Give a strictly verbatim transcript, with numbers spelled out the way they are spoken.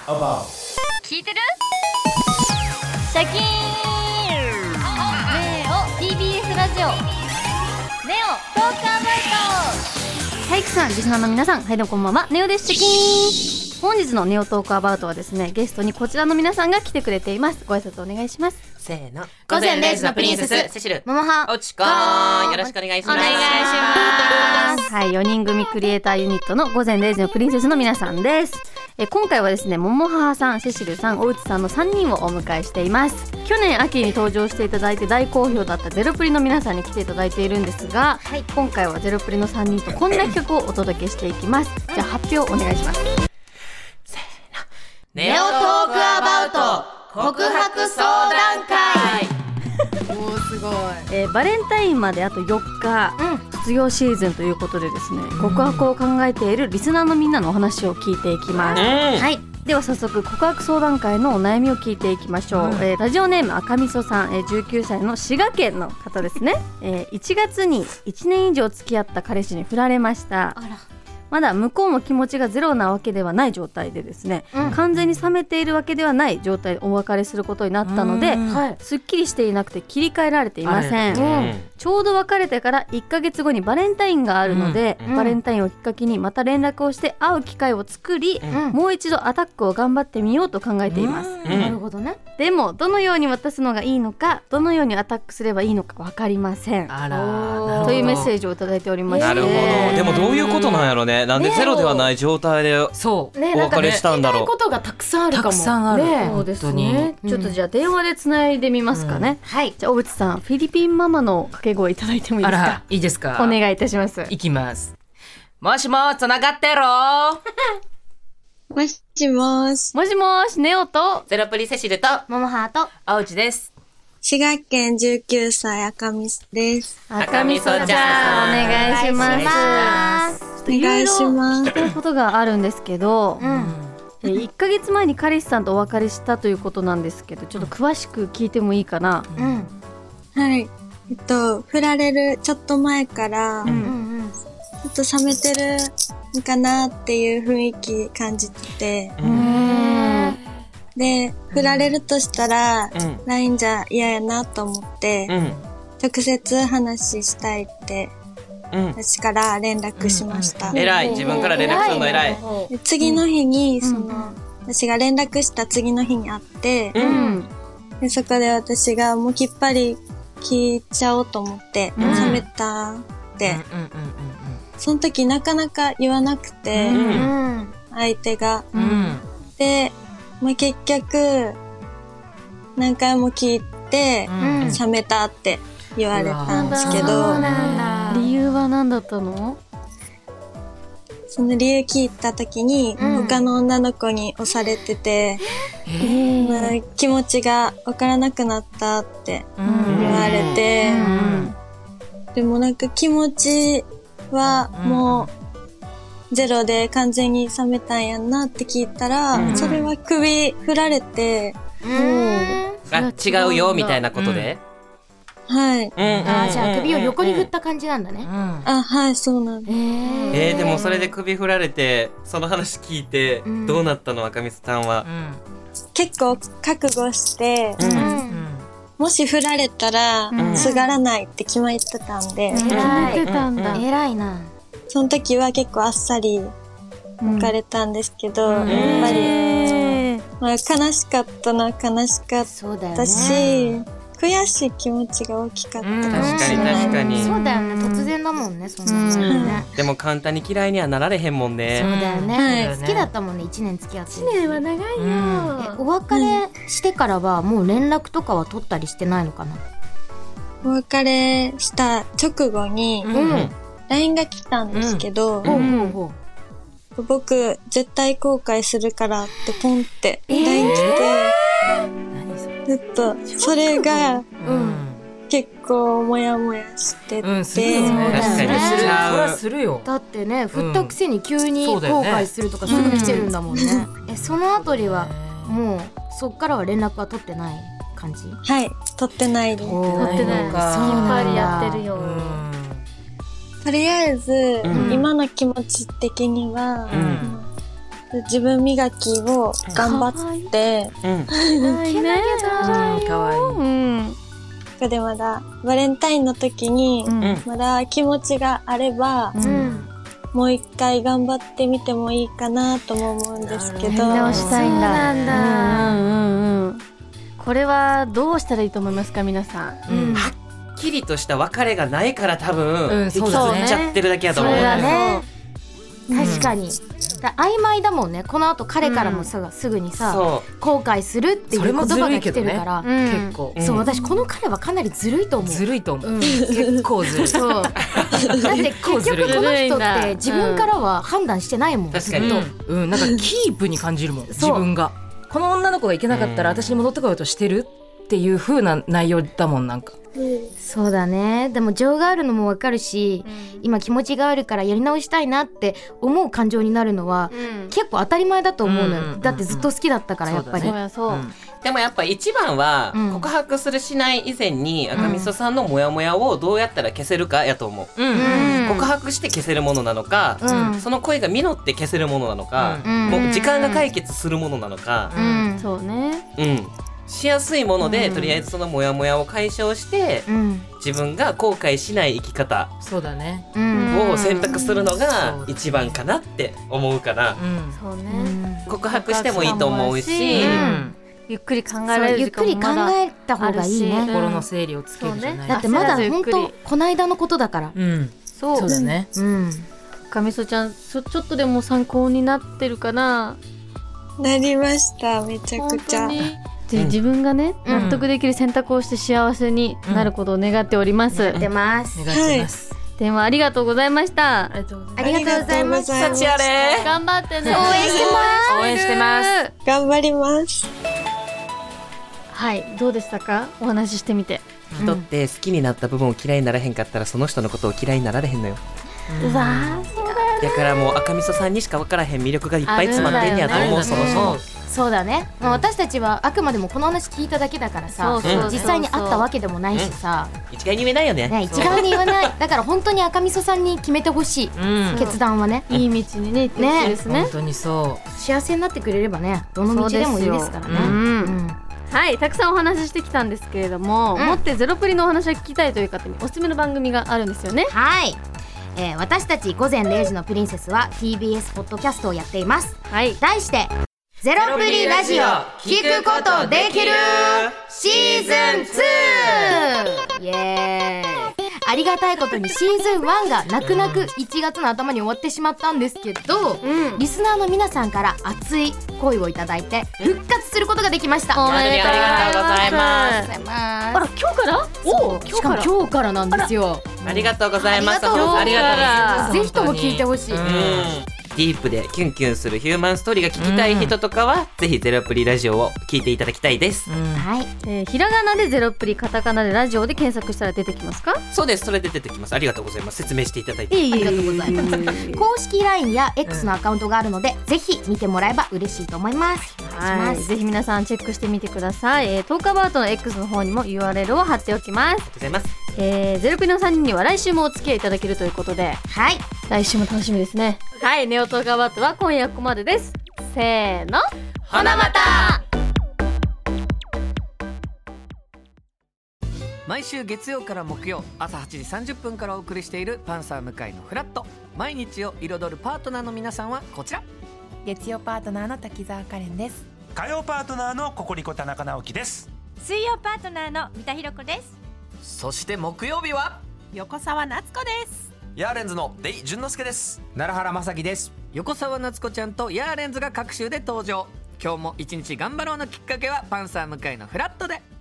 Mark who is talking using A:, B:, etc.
A: 聞いてる？シャキーンネオ ティービーエス ラジオネオトークアバウト。体育さん、リスナーの皆さん、はいどうもこんばんは、ネオです。シャキーン。本日のネオトークアバウトはですね、ゲストにこちらの皆さんが来てくれています。ご挨拶お願いします。
B: せーの、
A: 午前れいじのプリンセスセシル、モモハ、
B: おちこーん、よろしくお願いします。
A: お願いします。はい、よにん組クリエイターユニットの午前れいじのプリンセスの皆さんです。え今回はですね、モモハさん、セシルさん、おうちさんのさんにんをお迎えしています。去年秋に登場していただいて大好評だったゼロプリの皆さんに来ていただいているんですが、はい、今回はゼロプリのさんにんとこんな曲をお届けしていきます。じゃあ発表お願いします。
B: せーの、ネオトークアバウト告白相談会。
C: おーすごい、
A: えー、バレンタインまであとよっか、うん、卒業シーズンということでですね、告白を考えているリスナーのみんなのお話を聞いていきます、うん、はい。では早速告白相談会のお悩みを聞いていきましょう、うんえー、ラジオネーム赤みそさん、えー、じゅうきゅうさいの滋賀県の方ですね、えー、いちがつにいちねん以上付き合った彼氏に振られました。あら、まだ向こうも気持ちがゼロなわけではない状態でですね、うん、完全に冷めているわけではない状態でお別れすることになったので、すっきりしていなくて切り替えられていません、うん、ちょうど別れてからいっかげつごにバレンタインがあるので、うん、バレンタインをきっかけにまた連絡をして会う機会を作り、うん、もう一度アタックを頑張ってみようと考えています、うん、なるほどね。でもどのように渡すのがいいのか、どのようにアタックすればいいのか分かりません。あら、というメッセージをいただいておりまして、なるほど。
D: でもどういうことなんやろね。なんでゼロではない状態でお別れしたんだろう。
C: ね、ことがたくさんあるかも。たくさんある、
A: ね、そうですね、うん、ちょっとじゃあ電話でつないでみますかね、うん、はい。じゃあ小渕さん、フィリピンママの掛け声いただいてもいいですか。
B: あら、いいですか。
A: お願いいたします。
B: いきます。もしもつながってろ
E: もしもし
A: もしもし、ネオと
B: ゼロプリセシルと
A: モモハート
B: おうちです。
E: 滋賀県じゅうきゅうさい赤みそです。
A: 赤みそちゃん、お願いします。
E: お願いします。
A: 聞きたいことがあるんですけど、うん、いっかげつまえに彼氏さんとお別れしたということなんですけど、ちょっと詳しく聞いてもいいかな。うん、
E: はい。えっと振られるちょっと前から、うんうん、ちょっと冷めてるのかなっていう雰囲気感じてて、うん、で振られるとしたら、うん、ライン じゃ嫌やなと思って、うん、直接話したいってうん、私から連絡しました、
B: うんうん、偉い。自分から連絡するの偉い。
E: で次の日にその、うん、私が連絡した次の日に会って、うん、でそこで私がもうきっぱり聞いちゃおうと思って、うん、冷めたって、うんうんうんうん、その時なかなか言わなくて、うん、相手が、うん、で、まあ、結局何回も聞いて、うん、冷めたって言われたんですけど、
A: 理由は何だったの？
E: その理由聞いた時に、うん、他の女の子に押されてて、まあ、気持ちがわからなくなったって言われて、うんうん、でもなんか気持ちはもうゼロで完全に冷めたんやんなって聞いたら、うん、それは首振られて、
B: うん、あ、違うよみたいなことで、
E: うん、はい、うんうんうんうん、
C: あ、じゃあ首を横に振った感じなんだね、うん、
E: あ、はい、そうなんです。
D: えー、でもそれで首振られてその話聞いてどうなったの、赤みそさんは、うん、
E: 結構覚悟して、うんうん、もし振られたらすがらないって決まってたんで、
A: 決めてたんだ、偉いな。
E: その時は結構あっさり別れたんですけど、うん、やっぱり、まあ、悲しかったな、悲しかったし、悔しい気持ちが大きかったかもしれない、うん、確かに確かに。
C: そうだよね、突然だもんね、そんなのね、
D: うん、でも簡単に嫌いにはなられへんもんね。
C: そうだよね、はい、好きだったもんね、いちねん付き合って。いちねんは長いよ、うん、えお別れしてからはもう連絡とかは取ったりしてないのかな。
E: お別れした直後に、うん、ライン が来たんですけど、うんうんうん、僕絶対後悔するからってポンって ライン 来て、えー、ずっとそれが、うん、結構モヤモヤしてて、うん、するよね。
B: 確かにする、それはするよ。
C: だってね、振ったくせに急に後悔するとかすぐ来てるんだもんね、うん、えそのあたりはもうそっからは連絡は取ってない感じ？
E: はい、取ってないです。
A: 取ってないのか。そうなんだ。やってるよ、うん、
E: とりあえず、うん、今の気持ち的には、うん、 自分磨きを頑張って、
D: うん。
A: いいね。
C: かわいい。
A: うん。
E: それでまだバレンタインの時に、
A: うん、
E: まだ気持ちがあれば、うん、もう一回頑張ってみてもいいかなとも思うんですけど。やり
A: 直したいんだ。
C: そうなんだ。
A: うんうんうん。これはどうしたらいいと思いますか皆さん。
D: うん、はっきりとした別れがないから多分、うん、
C: そう
D: だね、ちゃってるだけだと思う。
C: それだね。確かに。だ曖昧だもんね。この後彼からもさ、うん、すぐにさ後悔するっていう言葉が来てるから、
A: ね、
C: 結構、うん、そう私この彼はかなりずるいと思う。
F: ずるいと思う、うん、結構ずるい。そうだ
C: って結局この人って自分からは判断してないもん。
D: 確かに、
F: うん、うん、なんかキープに感じるもん自分が。この女の子がいけなかったら私に戻ってこようとしてるっていう風な内容だもん。なんか、
C: うん、そうだね。でも情があるのもわかるし、うん、今気持ちがあるからやり直したいなって思う感情になるのは、うん、結構当たり前だと思うのよ、うん、だってずっと好きだったからやっぱり。
A: そうだね、そう、うん、
D: でもやっぱ一番は告白するしない以前に赤みそさんのモヤモヤをどうやったら消せるかやと思う、うん、告白して消せるものなのか、うん、その恋が実って消せるものなのか、うん、もう時間が解決するものなのか、
A: うんうん、そうね、
D: うんしやすいもので、うん、とりあえずそのモヤモヤを解消して、うん、自分が後悔しない生き方
F: そうだね
D: を選択するのが一番かなって思うから、
A: うん、そうね、
D: 告白してもいいと思うし、うん、
A: ゆっくり考えられる時間もまだあるし、
C: ゆっくり考えた方がいいね。
F: 心の整理をつけるじゃない、ね、
C: だってまだ本当この間のことだから、
F: うん、そう、そうだね、
A: うん、かみそちゃんちょ、ちょっとでも参考になってるかな。
E: なりました。めちゃくちゃ
A: で自分がね、うん、納得できる選択をして幸せになることを願っております、
C: うん、願ってます
F: 願ってます、
A: はい、電話ありがとうございました。
C: ありがとうございました。
D: 幸あれ
A: 頑張ってね。
C: 応援してます
F: 応援してます
E: 頑張ります。
A: はい、どうでしたかお話ししてみて。
D: 人って好きになった部分を嫌いにならへんかったらその人のことを嫌いになられへんのよ。
A: うわーそうだよね。
D: だからもう赤みそさんにしか分からへん魅力がいっぱい詰まってんやと思う。そもそも
C: そうだね、うん、私たちはあくまでもこの話聞いただけだからさ、そうそうそう、実際に会ったわけでもないしさ、
D: うん、一概に言えないよね。
C: ね、一概に言わないだから本当に赤みそさんに決めてほしい、うん、決断はね、
A: いい道にね行ってほしいですね。
F: 本当にそう
C: 幸せになってくれればねどの道でもいいですからね。うんうん、
A: はい、たくさんお話ししてきたんですけれども、うん、もってゼロプリのお話を聞きたいという方におすすめの番組があるんですよね。
C: はい、えー、私たち午前れいじのプリンセスは ティービーエス ポッドキャストをやっています、はい、題してゼロプリラジオ聞くことできるシーズンツー。イエーイ。ありがたいことにシーズンワンが泣く泣くいちがつの頭に終わってしまったんですけど、うん、リスナーの皆さんから熱い声をいただいて復活することができました。
A: おめでとうございます。
C: あ
A: ら今日から
C: おしかも今日からなんですよ。
D: ありがとうございます。
C: ありがとうございます。ぜひとも聞いてほしい。
D: ディープでキュンキュンするヒューマンストーリーが聞きたい人とかは、うん、ぜひゼロプリラジオを聞いていただきたいです、うん、
A: はい、えー、ひらがなでゼロプリ、カタカナでラジオで検索したら出てきますか？
D: そうです、それで出てきます。ありがとうございます。説明していただいて、
C: えー、ありがとうございます公式 ライン や X のアカウントがあるので、うん、ぜひ見てもらえば嬉しいと思います。
A: はい、ぜひ皆さんチェックしてみてください。えー、トークアバウトの X の方にも ユーアールエル を貼っておきます。ありがとう
D: ございます。
A: えー、ゼロプリのさんにんには来週もお付き合いいただけるということで、
C: はい、
A: 来週も楽しみですね。はい、ネオトークアバウトは今夜ここまでです。せーの、
B: ほなまた。
G: 毎週月曜から木曜朝はちじさんじゅっぷんからお送りしているパンサー向井のフラット。毎日を彩るパートナーの皆さんはこちら。
H: 月曜パートナーの滝沢カレンです。
I: 火曜パートナーのココリコ田中直樹です。
J: 水曜パートナーの三田寛子です。
G: そして木曜日は
J: 横澤夏子です。
K: ヤーレンズのデイ淳之介です。
L: 奈良原正樹です。
G: 横澤夏子ちゃんとヤーレンズが各週で登場。今日も一日頑張ろうのきっかけはパンサー向井のフラットで。